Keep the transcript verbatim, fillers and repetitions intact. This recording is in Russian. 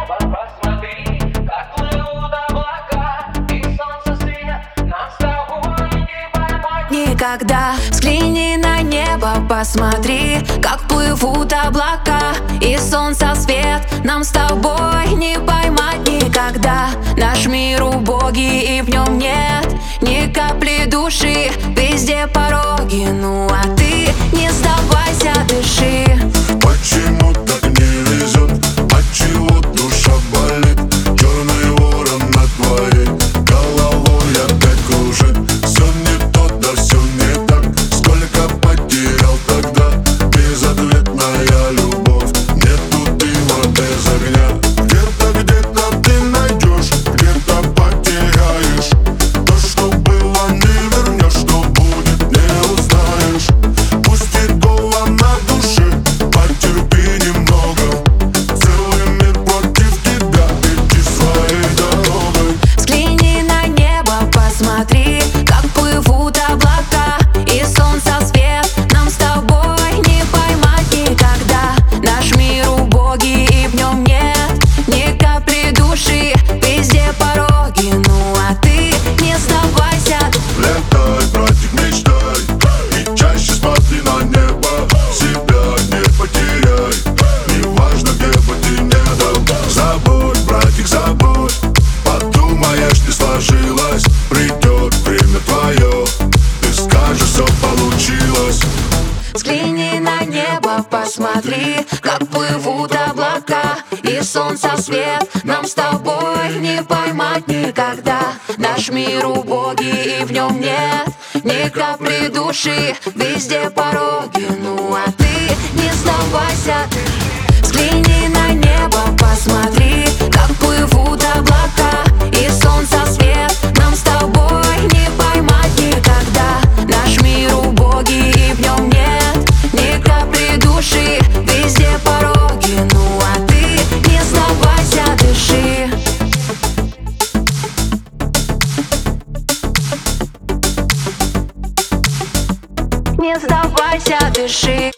Посмотри, как плывут облака, и солнце свет нам с тобой не поймать никогда. Взгляни на небо, посмотри, как плывут облака, и солнца свет нам с тобой не поймать никогда. Наш мир убогий, и в нем нет ни капли души, везде пороги. Ну а ты не сдавайся, дыши. Почему так не везет? Отчего душа болит? Черный ворон над твоей головой опять кружит. Все не то, да все не так. Сколько потерял тогда? Безответная любовь. Нету дыма без огня. Где-то, где-то ты найдешь, где-то потеряешь. То, что было, не вернешь, что будет, не узнаешь. Пусть фигово на душе, потерпи немного. Целый мир против тебя, иди своей дорогой. Взгляни на небо, посмотри, как плывут облака, и солнца свет нам с тобой не поймать никогда. Наш мир убогий, и в нем нет ни капли души, везде пороги. Ну а ты не сдавайся. Летай, братик, мечтай, и чаще смотри на небо. Себя не потеряй, неважно, где бы ты ни был. Забудь, братик, забудь, подумаешь, не сложилось. Придет время твое, ты скажешь, все получилось. Взгляни на небо, посмотри, как плывут облака, и солнца свет нам с тобой не поймать никогда. Наш мир убогий, и в нем нет ни капли души, везде пороги. Ну а ты не сдавайся. Взгляни на небо, посмотри, как плывут облака, и солнца свет нам с тобой не поймать никогда. Наш мир убогий, и в нем нет ни капли души, везде пороги. Ну а ты не сдавайся, дыши. Не сдавайся, дыши.